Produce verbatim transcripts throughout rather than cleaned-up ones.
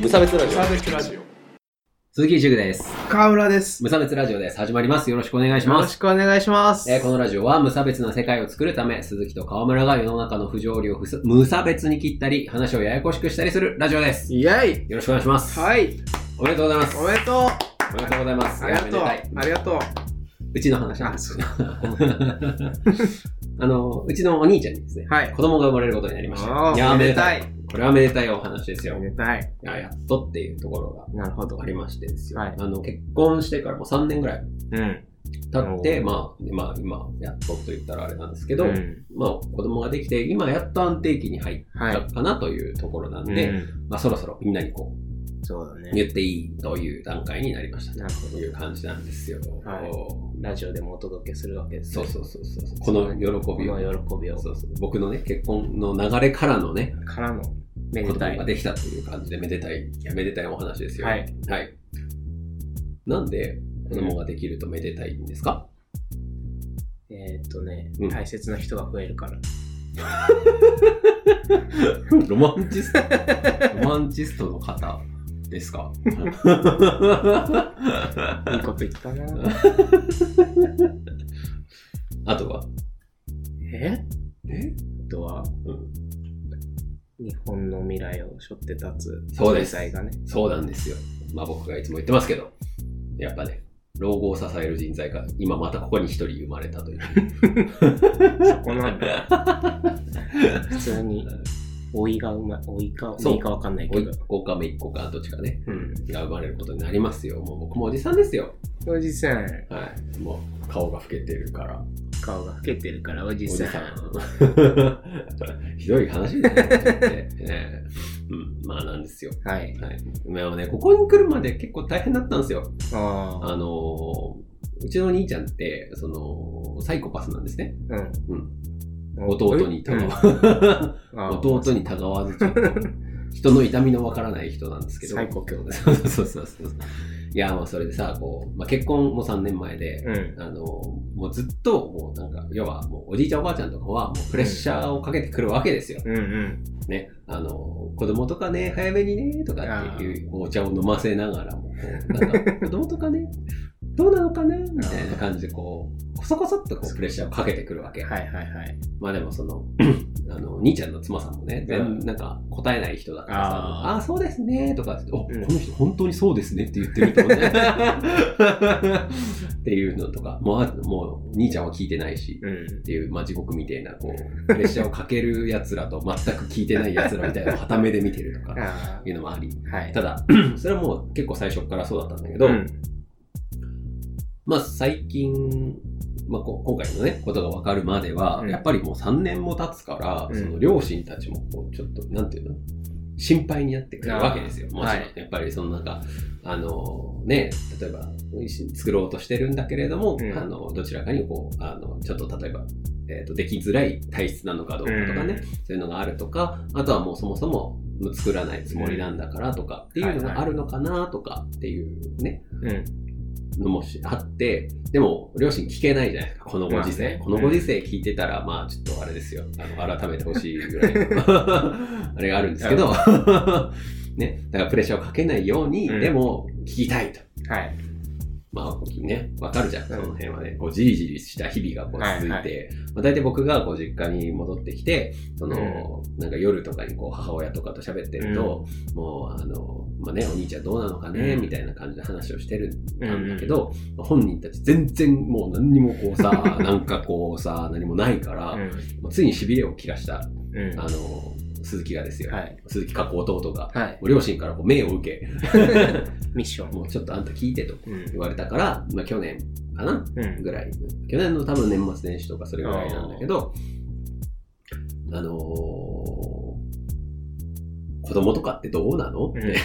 無差別ラジオ。 無差別ラジオ。 鈴木塾です。 川村です。 無差別ラジオです。始まります。よろしくお願いします。 よろしくお願いします。 えー、このラジオは無差別な世界を作るため、鈴木と川村が世の中の不条理を無差別に切ったり、話をややこしくしたりするラジオです。 イェイ。 よろしくお願いします。 はい。 おめでとうございます。 おめでとう。 おめでとうございます。 ありがとう。ありがとう。 うちの話なんですよ。あの、うちのお兄ちゃんにですね、はい、子供が生まれることになりました。いや、めでたい。これはめでたいお話ですよ。 めでたい。 いや、やっとっていうところがなるほどありましてですよ。 はい、 あの、結婚してからもうさんねんぐらい経って、 うん、 まあ、まあ、今、やっとと言ったらあれなんですけど、うん、まあ、子供ができて、今やっと安定期に入ったかなというところなんで、はい、まあ、そろそろみんなにこう、 そうだね、 言っていいという段階になりましたという感じなんですよ。 はい、ラジオでもお届けするわけですね。 そうそうそうそう。この喜びを。 この喜びを。 そうそう。僕のね、結婚の流れからのね、 からのめでたい。 子供ができたという感じでめでたい、いやめでたいお話ですよ。 はい。 はい。なんで子供ができるとめでたいんですか？ うん、えー、っとね、うん、大切な人が増えるから。 ロマンチストロマンチストの方ですか？ いいこと言ったな。 あとはええあとは、うん、日本の未来を背負って立つそうです人材がね。 そうなんですよ。まあ僕がいつも言ってますけど、やっぱね、老後を支える人材が今またここに一人生まれたという。 そこなんだ。普通に。老いが生ま、老いか、老いかわかんないけど。 老いっ子かめいっ子かどっちかね、 うん、 が生まれることになりますよ。もう僕もおじさんですよ。 おじさん。はい。 もう顔が老けてるから。 顔が老けてるからおじさん。 おじさん。ひどい話ですね。ねうん、まあなんですよ。 はい。 はい。でもね、ここに来るまで結構大変だったんですよ。 ああの、うちの兄ちゃんって、その、サイコパスなんですね。 うん。 うん。弟にたがわ、うん、弟にたがわずちょっと人の痛みのわからない人なんですけど。 最高兄弟。 そうそうそうそう。いや、まあそれでさ、こう、まあ、結婚もさんねんまえで、 うん、 あの、もうずっと、もうなんか、要はもうおじいちゃんおばあちゃんとかは、もうプレッシャーをかけてくるわけですよ。 うんうん。 ね、あの、子供とかね、早めにね、とかっていうお茶を飲ませながらも、こう、なんか、子供とかね、どうなのかなみたいな感じでこう、こそこそっとこうプレッシャーをかけてくるわけ。 はいはいはい。 まあでもその、あの、兄ちゃんの妻さんもね、全然なんか答えない人だからさ、ああ、そうですね、とかって、お、うん、この人本当にそうですねって言ってるとね。っていうのとか、もう、もう、兄ちゃんは聞いてないし、うん、っていう、まあ地獄みたいな、こう、プレッシャーをかける奴らと全く聞いてない奴らみたいなのを傍目で見てるとか、いうのもあり。 はい、 ただ、それはもう結構最初からそうだったんだけど、うんまあ最近、まあ今回のね、ことが分かるまでは、うん、やっぱりもうさんねんも経つから、うん、その両親たちもこうちょっと、なんていうの心配になってくるわけですよ。もちろん、はい。やっぱりそのなんか、あのね、例えば作ろうとしてるんだけれども、うん、あの、どちらかにこう、あの、ちょっと例えば、えっと、できづらい体質なのかどうかとかね、うん、そういうのがあるとか、あとはもうそもそも作らないつもりなんだからとかっていうのがあるのかなとかっていうね。うんのもあって、でも両親聞けないじゃないですか、このご時世。まあね、このご時世聞いてたら、まあちょっとあれですよ、あの改めてほしいぐらいのあれがあるんですけど、ね、だからプレッシャーをかけないように、うん、でも聞きたいと。 はい。 まあね、わかるじゃん、その辺はね、こうじりじりした日々がこう続いて、はいはい、まあ、大体僕がこう実家に戻ってきて、その、うん、なんか夜とかにこう母親とかと喋ってると、うん、もうあの、まあね、お兄ちゃんどうなのかね、うん、みたいな感じで話をしてるんだけど、うん、本人たち全然もう何にもこうさ、なんかこうさ、何もないから、うん、もうついに痺れを切らした、うん、あの、鈴木がですよ。はい、鈴木かっこ弟が、はい、両親からこう命を受け、 ミッション。 もうちょっとあんた聞いてと言われたから、うん、まあ去年かな、うん、ぐらい。去年の多分年末年始とかそれぐらいなんだけど、あのー、子供とかってどうなのって、うん、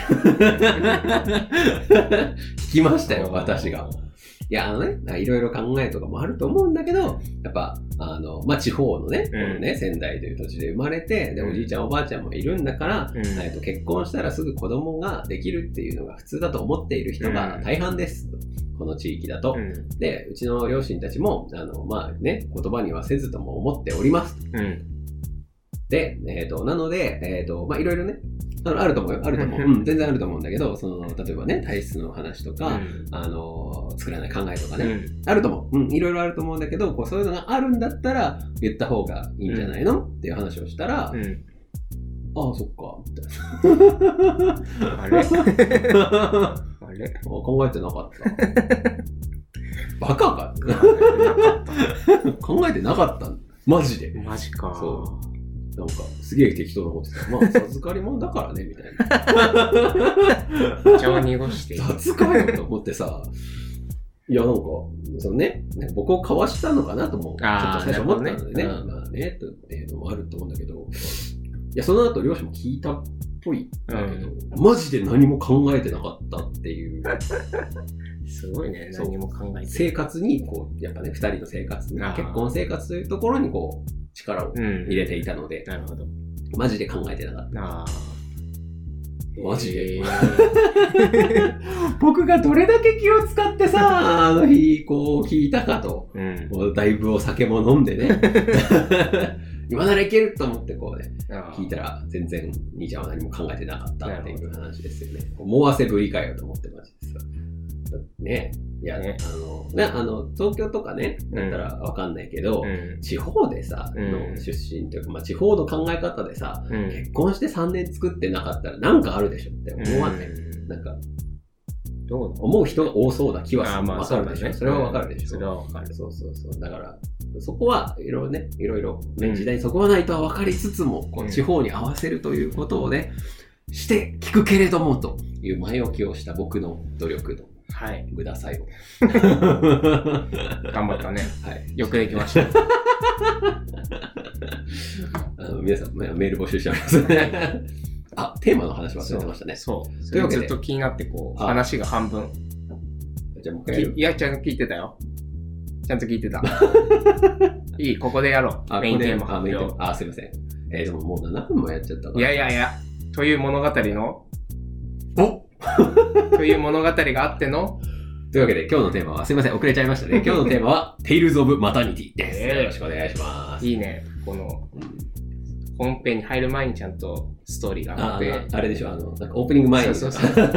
聞きましたよ、私が。いや、あのね、いろいろ考えとかもあると思うんだけど、やっぱ、あの、まあ、地方のね、うん、このね、仙台という土地で生まれて、で、おじいちゃんおばあちゃんもいるんだから、うん、えっと、結婚したらすぐ子供ができるっていうのが普通だと思っている人が大半です。うん、この地域だと、うん。で、うちの両親たちも、あの、まあね、言葉にはせずとも思っております。うん、で、えっと、なので、えっと、まあ、いろいろね、 あると思うよ。あると思う。うん、全然あると思うんだけど、その、例えばね、体質の話とか、うん、あの、作らない考えとかね、うん、あると思う。うん、いろいろあると思うんだけど、こうそういうのがあるんだったら、言った方がいいんじゃないの、うん、っていう話をしたら、うん、ああ、そっか、みたいな。あれあれ考えてなかった。バカか考えてなかった。マジで。 マジか。 そう。なんか、すげえ適当なこと言ってた。まあ、授かり物だからね、みたいな。 茶を濁して。 雑かよと思ってさ、いや、なんか、そのね、僕をかわしたのかなとも、ちょっと最初思ったのでね、ねうん、まあね、っていうのもあると思うんだけど、いや、その後、両親も聞いたっぽいんだけど、うん、マジで何も考えてなかったっていう。 すごいね、何も考えて生活に、こう、やっぱね、二人の生活、結婚生活というところに、こう、力を入れていたので、 うん、なるほど。 マジで考えてなかった。あマジで、えー、僕がどれだけ気を使ってさ、あの日、こう、聞いたかと。うん、もうだいぶお酒も飲んでね。今ならいけると思ってこうね、聞いたら全然兄ちゃんは何も考えてなかったっていう話ですよね。思わせぶりかよと思ってマジですよ。ねいや、ね、あの、ね、あの、東京とかね、だったらわかんないけど、うん、地方でさ、うん、の出身というか、まあ、地方の考え方でさ、うん、結婚してさんねん作ってなかったらなんかあるでしょって思わない。うん、なんか、どう思う人が多そうな気はする。まあ、わかるでしょ、ね、それはわかるでしょ、 それはわかる。 そうそうそう。だから、そこはいろいろね、いろいろ、ね、時代にそこはないとは分かりつつも、こう地方に合わせるということをね、して聞くけれどもという前置きをした僕の努力の。はい。無駄さよ。 頑張ったね。はい。よくできました。 あの皆さん、メール募集しておりますね。あ、テーマの話忘れてましたね。 そう。そうというわけで、ずっと気になって、こう、話が半分。 じゃあもう一回やる。 いや、ちゃんと聞いてたよ。ちゃんと聞いてた。いい、ここでやろう。 あメインテーマ発表。 あ、すいません。えー、でももうななふんもやっちゃったから。 いやいやいや、という物語のおという物語があってのというわけで今日のテーマはすいません遅れちゃいましたね。今日のテーマは Tales of Maternity です、えー、よろしくお願いします。 いいね。この本編に入る前にちゃんとストーリーがあってあ, あれでしょあのなんかオープニング前にそうそうそうゲ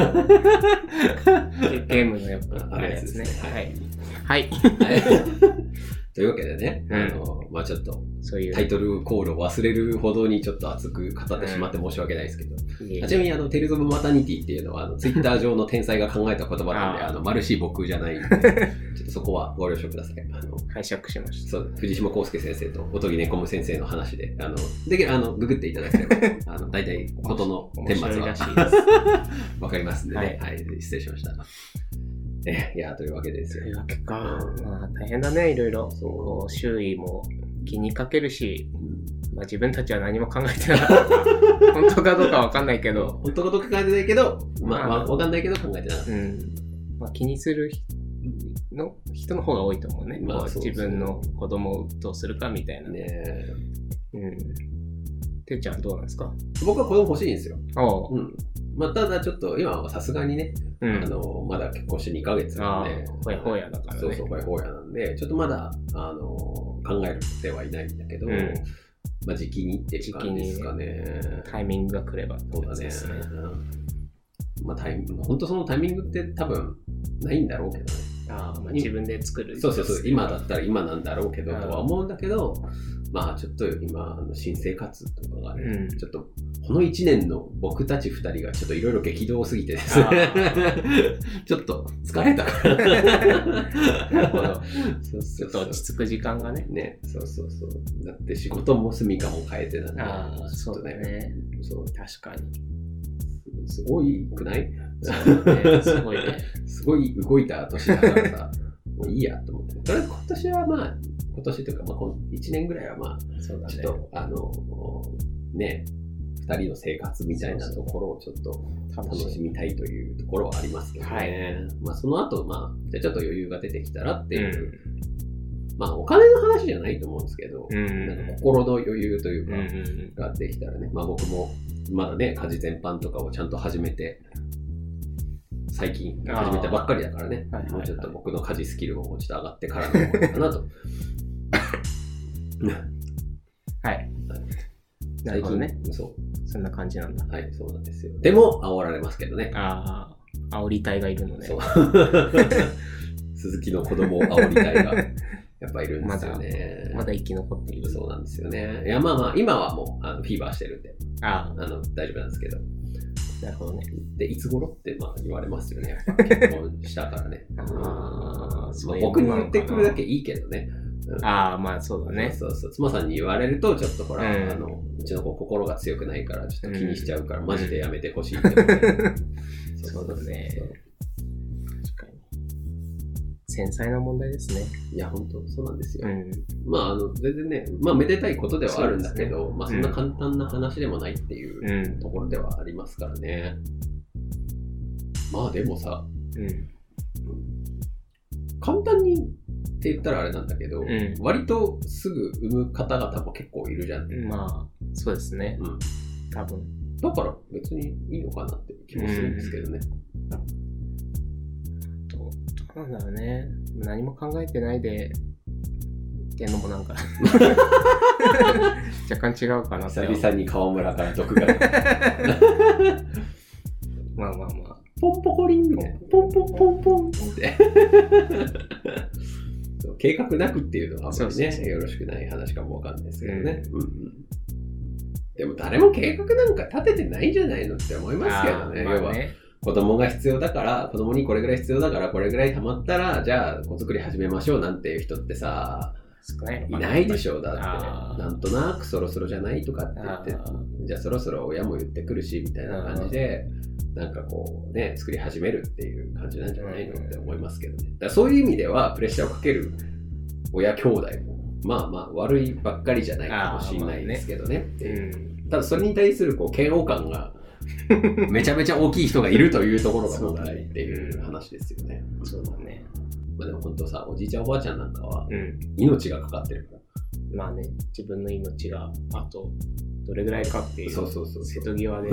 ームのやっぱあれですね。はいはい、はいというわけでね、うん、あのまあちょっとそういうタイトルコールを忘れるほどにちょっと熱く語ってしまって申し訳ないですけど、うん、ちなみにあのテイルズ・オブ・マタニティっていうのはあのツイッター上の天才が考えた言葉なんであのマルシー僕じゃないんでちょっとそこはご了承ください。あの拝借しました。 そう藤島康介先生と音木ねこむ先生の話であのできるあのググっていただければあの大体ことの顛末はわかりますんでね、はい、はい、失礼しました。えいやというわけですよ。 というわけか、まあ、大変だねいろいろこう周囲も気にかけるし、まあ、自分たちは何も考えてなかった本当かどうかわかんないけど本当かどうか考えてないけどまあ、まあ、わかんないけど考えてなかった、うんまあ、気にするの人の方が多いと思うね、まあ、そうそう自分の子供をどうするかみたいなねうんてっちゃんどうなんですか？ 僕は子供欲しいんですよ。おう、うんまあ、ただちょっと今はさすがにね、うん、あのまだ結婚してにかげつなんでほやほやだからね。 そうそうほやほやなんでちょっとまだあの考えてはいないんだけど、うんまあ、時期にっていう感じですかね。 ねタイミングが来ればそうだね、うんまあ、タイ本当そのタイミングって多分ないんだろうけどね。 あまあ自分で作るそうそうそう今だったら今なんだろうけどとは思うんだけどまあちょっと今あの新生活とかがね、うん、ちょっとこのいちねんの僕たちふたりがちょっといろいろ激動すぎてですねちょっと疲れたからなるほどそうそうそう落ち着く時間がねねそうそうそうだって仕事も住みかも変えてなんでああそうだねそう確かにすごいくない？ そうね、すごいねすごい動いた年だからさもういいやと思って。とりあえず今年はまあ今年というかまあこのいちねんぐらいはまあそうだね、ちょっとあのねふたりの生活みたいなところをちょっと楽しみたいというところはありますけどね。はい、まあその後まあじゃあちょっと余裕が出てきたらっていう、うん、まあお金の話じゃないと思うんですけど、うん、なんか心の余裕というか、うん、ができたらね、まあ僕もまだね家事全般とかをちゃんと始めて。最近始めたばっかりだからね、はいはいはい、もうちょっと僕の家事スキルももうちょっと上がってからのものかなとはい、 最近ねそうそんな感じなんだ。 はい、そうなんですよ。でも、煽られますけどね。 ああ、煽り隊がいるのね。 そう。鈴木の子供を煽り隊が、やっぱいるんですよね。 まだ、まだ生き残っている。 そうなんですよね。いや、まあまあ、今はもう、あのフィーバーしてるんで、 ああの大丈夫なんですけど。 なるほどね。 で、いつ頃ってまあ言われますよね。やっぱ結婚したからね。あまあ、僕に言ってくるだけいいけどね。 うん、ああ、まあそうだね。 そうそう。妻さんに言われると、ちょっとほら、うん、あの、うちの子心が強くないから、ちょっと気にしちゃうから、うん、マジでやめてほしいって、ね。 そうだね。確かに。繊細な問題ですね。 いや、本当そうなんですよ。 うん、 まあ、あの、全然ね、まあ、めでたいことではあるんだけど、ね、まあ、そんな簡単な話でもないっていうところではありますからね。うん、まあ、でもさ、うん、簡単にって言ったらあれなんだけど、うん、割とすぐ産む方々も結構いるじゃん。 まあ、そうですね。うん、多分。 だから別にいいのかなって気もするんですけどね。 うん、どうなんだろうね。何も考えてないでっていうのもなんか若干違うかなって。 久々に川村から毒がまあまあまあ。 ポンポコリンみたいな。ポンポンポンポンって計画なくっていうのはあんまりね、そうそうそうよろしくない話かもわかんないですけどね、うんうん、でも誰も計画なんか立ててないんじゃないのって思いますけどね。 まあ、ね要は子供が必要だから子供にこれぐらい必要だからこれぐらい溜まったらじゃあ子作り始めましょうなんていう人ってさいないでしょう。だってなんとなくそろそろじゃないとかって言ってじゃあそろそろ親も言ってくるしみたいな感じでなんかこうね作り始めるっていう感じなんじゃないのって思いますけどね。だからそういう意味ではプレッシャーをかける親兄弟もまあまあ悪いばっかりじゃないかもしれないですけどねっていう、うん、ただそれに対するこう嫌悪感がめちゃめちゃ大きい人がいるというところが問題っていう話ですよね。 そうだね。 まあ、でも本当さおじいちゃんおばあちゃんなんかは命がかかってるから、 うん、まあね自分の命があとどれぐらいかっていうそうそうそう瀬戸際で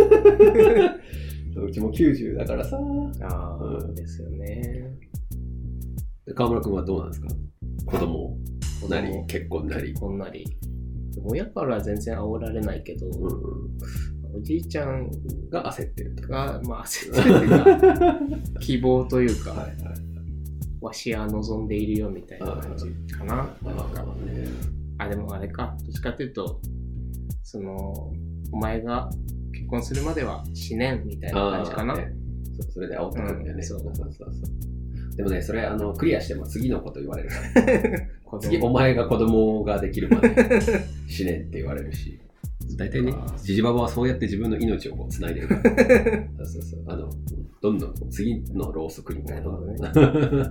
うちもきゅうじゅうだからさああ、うん、ですよね。 川村くんはどうなんですか？子供なり結婚なり結婚なり親からは全然煽られないけど、うんうん、おじいちゃんが焦ってるとかまあ焦ってるっていうか希望というか、はいはい、わしは望んでいるよみたいな感じかな。なんかね、あでもあれかどっちかというとそのお前が結婚するまでは死ねんみたいな感じかな。 ね、そ, それで煽ってくるんだよね、うん、そうそうそうそう。でもね、それあのクリアしても次のこと言われるから次お前が子供ができるまで死ねんって言われるし大体ね、ジジババはそうやって自分の命をこう繋いでるからそうそうそうあのどんどん次のローソクにどんどん行く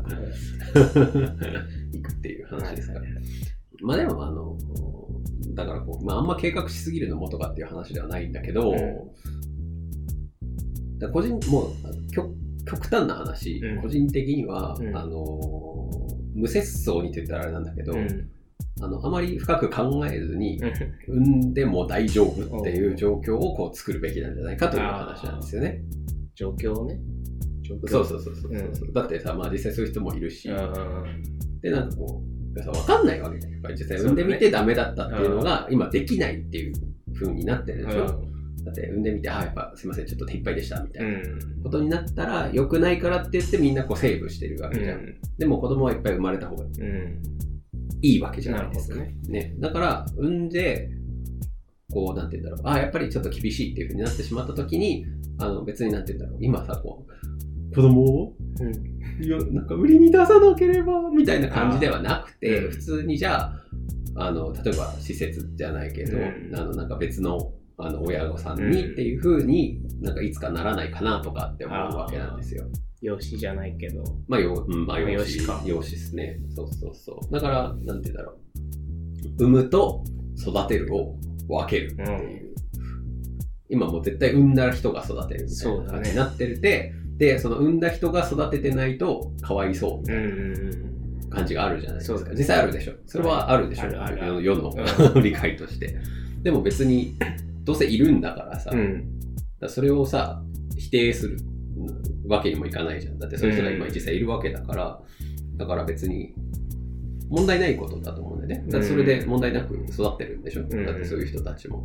っていう話ですから、ね、まあでもあのだからこう、まあ、あんま計画しすぎるのもとかっていう話ではないんだけど、うん、だ個人もう極極端な話、うん、個人的には、うん、あの無節操にと言ったらあれなんだけど、うん、あのあまり深く考えずに産んでも大丈夫っていう状況をこう作るべきなんじゃないかという話なんですよね。 状況をね。状況そうそうそうそうそう、うん、だってさ、まあ、実際そういう人もいるし、でなんかこう分かんないわけじゃん。やっぱり実際産んでみてダメだったっていうのが今できないっていう風になってるでしょ。だって産んでみて、あ、やっぱすいません、ちょっと手いっぱいでしたみたいなことになったら、良くないからって言ってみんなこうセーブしてるわけじゃん。うん、でも子供はいっぱい生まれた方がいいわけじゃないですか。ね。ね。だから、産んで、こう、なんて言うんだろう、あ、やっぱりちょっと厳しいっていう風になってしまった時に、あの別になんて言うんだろう、今さ、こう、子供を、うん、いや、なんか売りに出さなければ、みたいな感じではなくて、普通にじゃあ、あの、例えば施設じゃないけど、うん、あの、なんか別の、あの親御さんにっていう風になんかいつかならないかなとかって思うわけなんですよ。 養子じゃないけど。 まあ、ようん、まあ、養子か。養子ですね。そうそうそう。だから、なんて言うんだろう。産むと育てるを分けるっていう。うん、今もう絶対産んだ人が育てるみたいな感じになってるて、ね、で、その産んだ人が育ててないとかわいそうみたいな感じがあるじゃないですか。実際あるでしょ。それはあるでしょ。はい、ある世の、うん、理解として。でも別に、どうせいるんだからさ、うん、だそれをさ否定するわけにもいかないじゃん。だってそういう人が今実際いるわけだから、うん、だから別に問題ないことだと思うんだよね。だってそれで問題なく育ってるんでしょ、うん、だってそういう人たちも。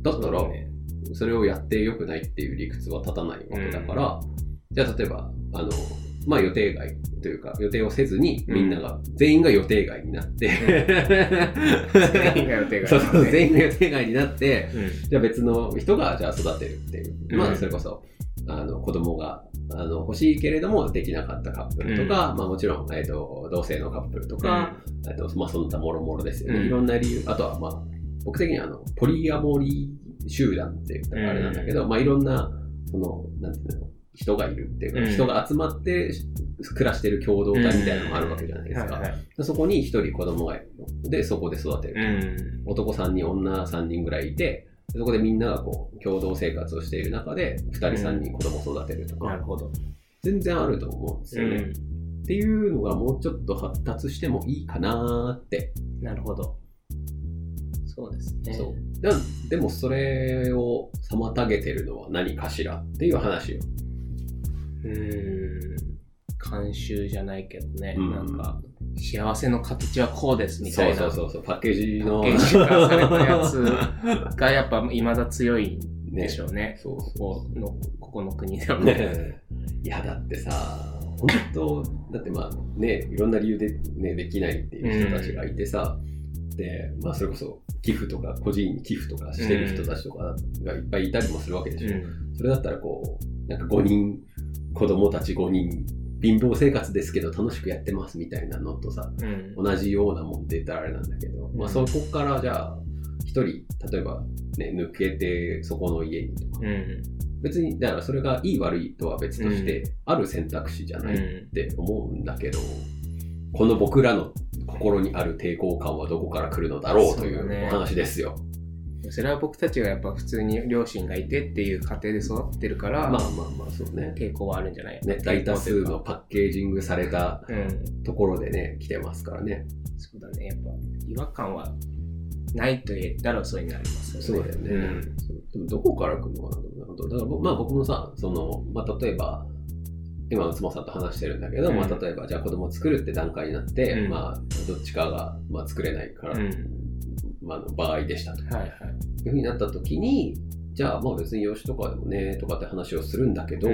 だったら、それをやってよくないっていう理屈は立たないわけだから、うん、じゃあ例えば、あの、まあ予定外というか、予定をせずにみんなが、うん、全員が予定外になって、 うん、全員が予定外になって、そうそう全員が予定外になって、うん、じゃあ別の人がじゃあ育てるっていう。うん、まあそれこそ、あの子供があの欲しいけれどもできなかったカップルとか、うん、まあもちろん、えーと、同性のカップルとか、うん、えーとまあそんなもろもろですよね、うん。いろんな理由。あとはまあ、僕的にはあの、ポリアモリー集団って言ったらあれなんだけど、うん、まあいろんな、その、なんていうの、人がいるっていうか、うん、人が集まって暮らしてる共同体みたいなのがあるわけじゃないですか。うんはいはい、そこに一人子供がいるので、そこで育てる、うん。男さんにん、女さんにんぐらいいて、そこでみんながこう共同生活をしている中でふたりさんにん子供を育てるとか、 うん、なるほど。 全然あると思うんですよね、うん、っていうのがもうちょっと発達してもいいかなって。 なるほど。そうですね。そうで、でもそれを妨げてるのは何かしらっていう話よ。 うーん、慣習じゃないけどね、うん、なんか幸せの形はこうですみたいな。 そうそうそうそう、パッケージのパッケージ化されたやつがやっぱ未だ強いんでしょうね。ねそうそうここのここの国ではね。 いやだってさ、本当だってまあね、いろんな理由でねできないっていう人たちがいてさ、うん、でまあそれこそ寄付とか個人に寄付とかしてる人たちとかがいっぱいいたりもするわけでしょ。うん、それだったらこうなんかごにん子供たちごにん貧乏生活ですけど楽しくやってますみたいなのとさ、うん、同じようなもんって言ったらあれなんだけど、うん、まあそこからじゃあ一人例えばね抜けてそこの家にとか、うん、別にだからそれがいい悪いとは別として、うん、ある選択肢じゃないって思うんだけど、うん、この僕らの心にある抵抗感はどこから来るのだろうというお話ですよ。 それは僕たちがやっぱ普通に両親がいてっていう家庭で育ってるから、 まあまあまあそうね、 傾向はあるんじゃないね。大多数のパッケージングされたところでね、うん、来てますからね。 そうだね、やっぱ違和感はないと言ったらそうになりますよね。 そうだよね。うん、でもどこから来るのかな。だからまあ僕もさ、そのまあ例えば今の妻さんと話してるんだけど、うん、まあ例えばじゃあ子供を作るって段階になって、うん、まあどっちかがまあ作れないから。うんまあ、の場合でしたと、はいはい、いうふうになった時にじゃあまあ別に養子とかでもねとかって話をするんだけど、うん、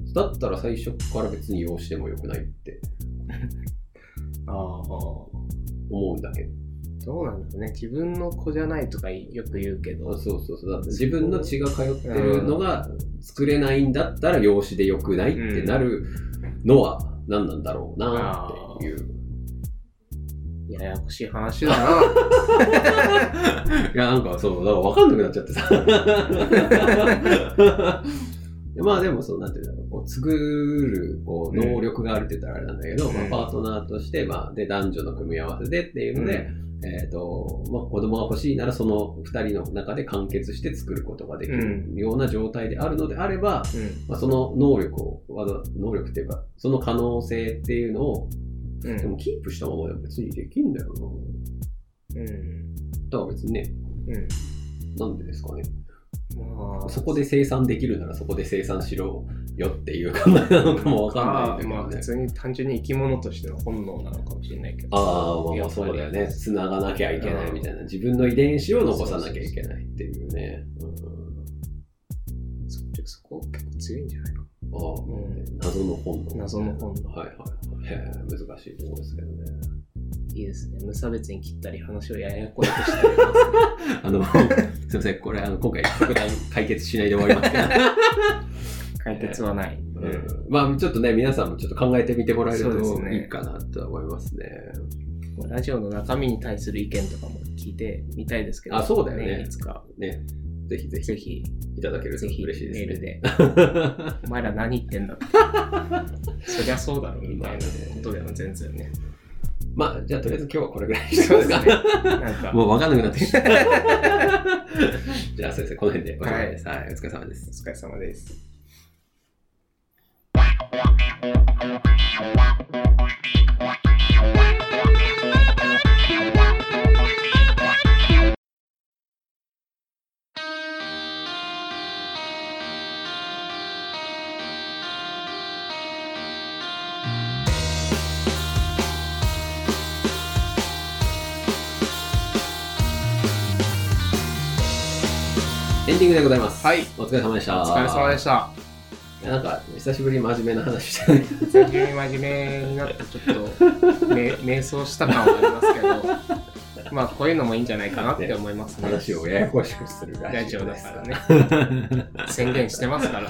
だったら最初から別に養子でもよくないってあ思うんだけど。 どうなんだろうね。自分の子じゃないとかよく言うけど、 そうそうそう、だって自分の血が通ってるのが作れないんだったら養子でよくないってなるのは何なんだろうなっていう、うんややこしい話だな。 いや、なんかそう、だから分かんなくなっちゃってさ。まあでもそう、なんていうんだろう、こう作るこう能力があるって言ったらあれなんだけど、うん、まあ、パートナーとして、まあ、で男女の組み合わせでっていうので、うん、えっと、まあ、子供が欲しいならそのふたりの中で完結して作ることができるような状態であるのであれば、うんまあ、その能力を、能力っていうか、その可能性っていうのをうん、でもキープしたままでも別にできんだよな。うん。だから別にね、うん、なんでですかね。まあ、そこで生産できるならそこで生産しろよっていう考えなのかもわかんないんだけど、ね。 まあ普通に単純に生き物としての本能なのかもしれないけど。 ああ、まあそうだよね。繋がなきゃいけないみたいな。自分の遺伝子を残さなきゃいけないっていうね。うん、 そ, そこ結構強いんじゃないか。 ああ、うん、謎の本能。 謎の本能。 はいはい。へえ、難しいところですけどね。 いいですね。無差別に切ったり話をややこしくしてます、ね。 あの、すいません、これあの今回特段解決しないで終わりますけど。 解決はない、 うん。まあちょっとね、皆さんもちょっと考えてみてもらえるといいかなとは思いますね。 ラジオの中身に対する意見とかも聞いてみたいですけど、 あ、そうだよね。 いつか。 ね。ぜひぜひ。ぜひ。いただけると嬉しいです、ね。 メールで。お前ら何言ってんだって。そりゃそうだろみたいなことでも全然ね。 まあ、じゃあとりあえず今日はこれぐらいにしてますかね。なんかもう分かんなくなってきた。じゃあ先生、この辺でおしまいです。はい、はい、お疲れ様です。 お疲れ様です。 エンディングでございます。 はい。 お疲れ様でした。 お疲れ様でした。 いやなんか、久しぶりに真面目な話したね。 久しぶりに真面目になってちょっと、め瞑想した感はありますけど、まあこういうのもいいんじゃないかなって思いますね。 話をややこしくするラジオだからね。宣言してますから、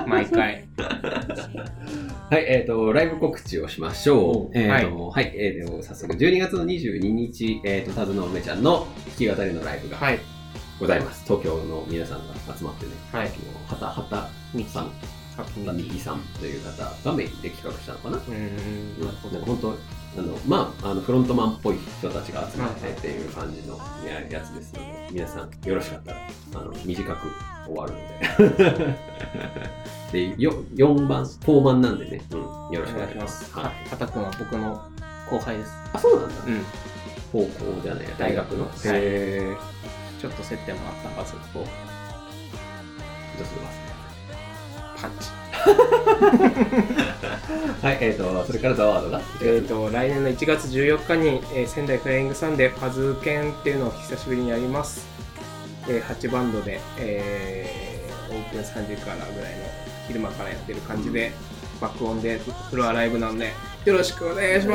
毎回。 はい、えっ、ー、と、ライブ告知をしましょう。えっ、ー、と、はい、はい、えー、でも早速、じゅうにがつのにじゅうににち、えっ、ー、と、タズの梅ちゃんの弾き語りのライブがございます。はい、東京の皆さんが集まってね、はい、はたはたみきさん、はたみきさんという方がメインで企画したのかな。うん、なるほど。本当あの、まあ、あの、フロントマンっぽい人たちが集まってっていう感じのやつですので、皆さんよろしかったら、あの、短く終わるので。で、よんばん、フォーマンなんでね、うん、よろしくお願いします。 はい。はたくんは僕の後輩です。 あ、そうなんだ。 うん。 高校じゃない、大学の。 へー。ちょっと接点もあったはず。どうするますパンチ。 はい、えっ、ー、と、それからザワードがえっと、来年のいちがつじゅうよっかに、えー、仙台フライングサンでパズ研っていうのを久しぶりにやります。えー、はちバンドで、えー、オープンさんじからぐらいの昼間からやってる感じで、うん、爆音でフロアライブなんで、よろしくお願いします。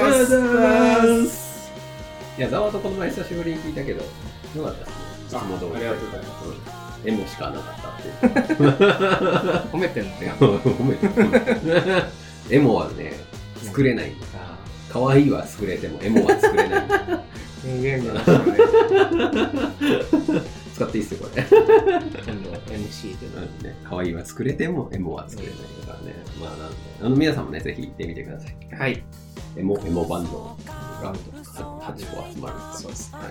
いや、ザワードこの前久しぶりに聞いたけど、よかったですね。いつも通り。 ありがとうございます。 エモしかなかったっていう。 褒めてんのね。 褒めてる。エモはね、作れない。可愛いは作れてもエモは作れない。 名言だな。 使っていいっすよ、これ。 今度 エムシー でね。可愛いは作れてもエモは作れないからね。まあ、なんで、あの、皆さんもね、ぜひ行ってみてください。 はい。 エモ、エモバンド。 バンド。 はちこ集まる。 そうです。はい。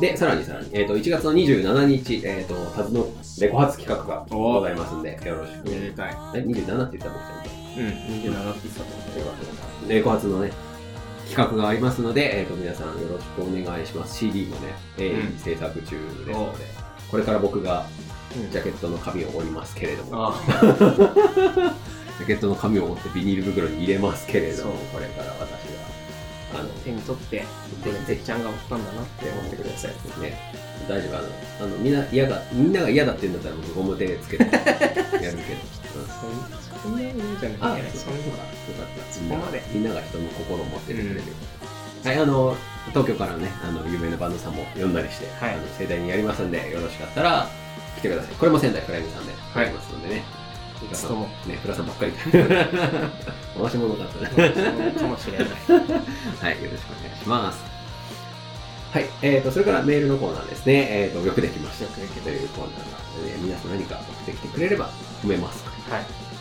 で、さらにさらに、えっ、ー、と、いちがつのにじゅうしちにち、えっ、ー、と、タズのレコ発企画がございますんで、よろしく。 めでたい。 え、にじゅうしちって言ったら僕ちゃんと。 うん、にじゅうしちって言ったと思う。レコ発のね、企画がありますので、えっ、ー、と、皆さんよろしくお願いします。シーディー もね、鋭意制作中ですので、これから僕がジャケットの紙を折りますけれども、ジャケットの紙を折ってビニール袋に入れますけれども、これから私が。 あの手に取って、てっちゃんが折ったんだなって思ってください。 ね、大丈夫。あの、あのみんな嫌が、みんなが嫌だって言うんだったら僕ゴム手つけてやるけど。 そんな嫌じゃない。あ、そんなよかった。 そこまで。 みんなが人の心を持っててくれる。はい、あの、東京からね、あの、有名なバンドさんも呼んだりして、あの盛大にやりますんで、よろしかったら来てください。これも仙台フライングさんでやりますのでね。 いつともね、フラさんばっかり。回し物だったね。 回し物かもしれない。 はい、よろしくお願いします。はい、えーと、それからメールのコーナーですね。えーと、よくできました。よくできというコーナーが、ね、皆さん何か送ってきてくれれば褒めます。はい。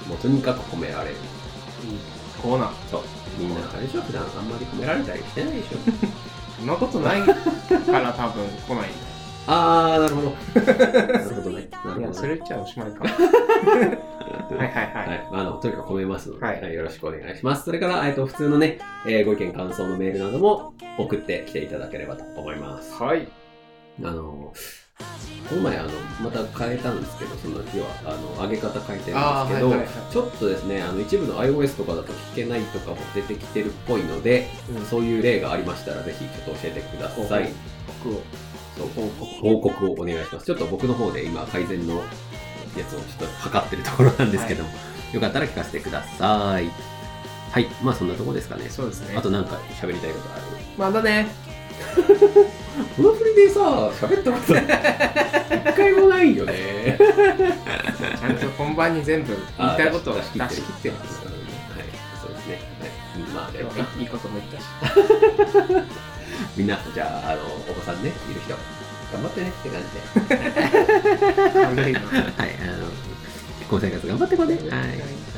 もうとにかく褒められる。 いいコーナー。 そう。みんな、あれでしょ、普段あんまり褒められたりしてないでしょ。 そんなことないから多分来ないんだよ。 あー、なるほど。なるほどね。 いや、それ言っちゃおしまいか。はいはいはい。はい、 あの、とにかく褒めますので、はい、よろしくお願いします。それから、えっと、普通のね、えー、ご意見感想のメールなども送ってきていただければと思います。 はい。 あの、この前、あの、また変えたんですけど、その、要は、あの、上げ方変えてるんですけど、はいはいはい、ちょっとですね、あの、一部の iOS とかだと聞けないとかも出てきてるっぽいので、うん、そういう例がありましたら、ぜひちょっと教えてください。 僕を。 報告をお願いします。ちょっと僕の方で今改善のやつをちょっと測ってるところなんですけども、はい、よかったら聞かせてください。はい、まあそんなとこですかね。 そうですね。 あとなんか喋りたいことある？ まだね。 この振りでさ、喋ったこと一回もないよね。 ちゃんと本番に全部言いたいことを出し切ってますからね。はい、そうですね。はい、まあでもいいことも言ったし。 みんな、じゃあ、あの、お子さんね、いる人、頑張ってねって感じで。はい、あの、結婚生活頑張ってこね。はい。はい、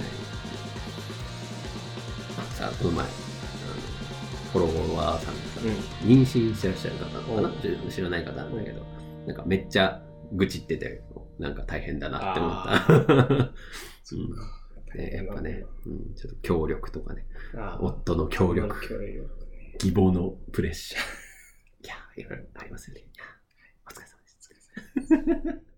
さあ、この前、あのフォロワーさんがさ、うん、妊娠してらっしゃる方なのかな、知らない方なんだけど、なんかめっちゃ愚痴ってて、なんか大変だなって思った。そうか。ね、やっぱね、うん、ちょっと協力とかね、夫の協力。希望のプレッシャー。いや、いろいろありますよね。お疲れ様です。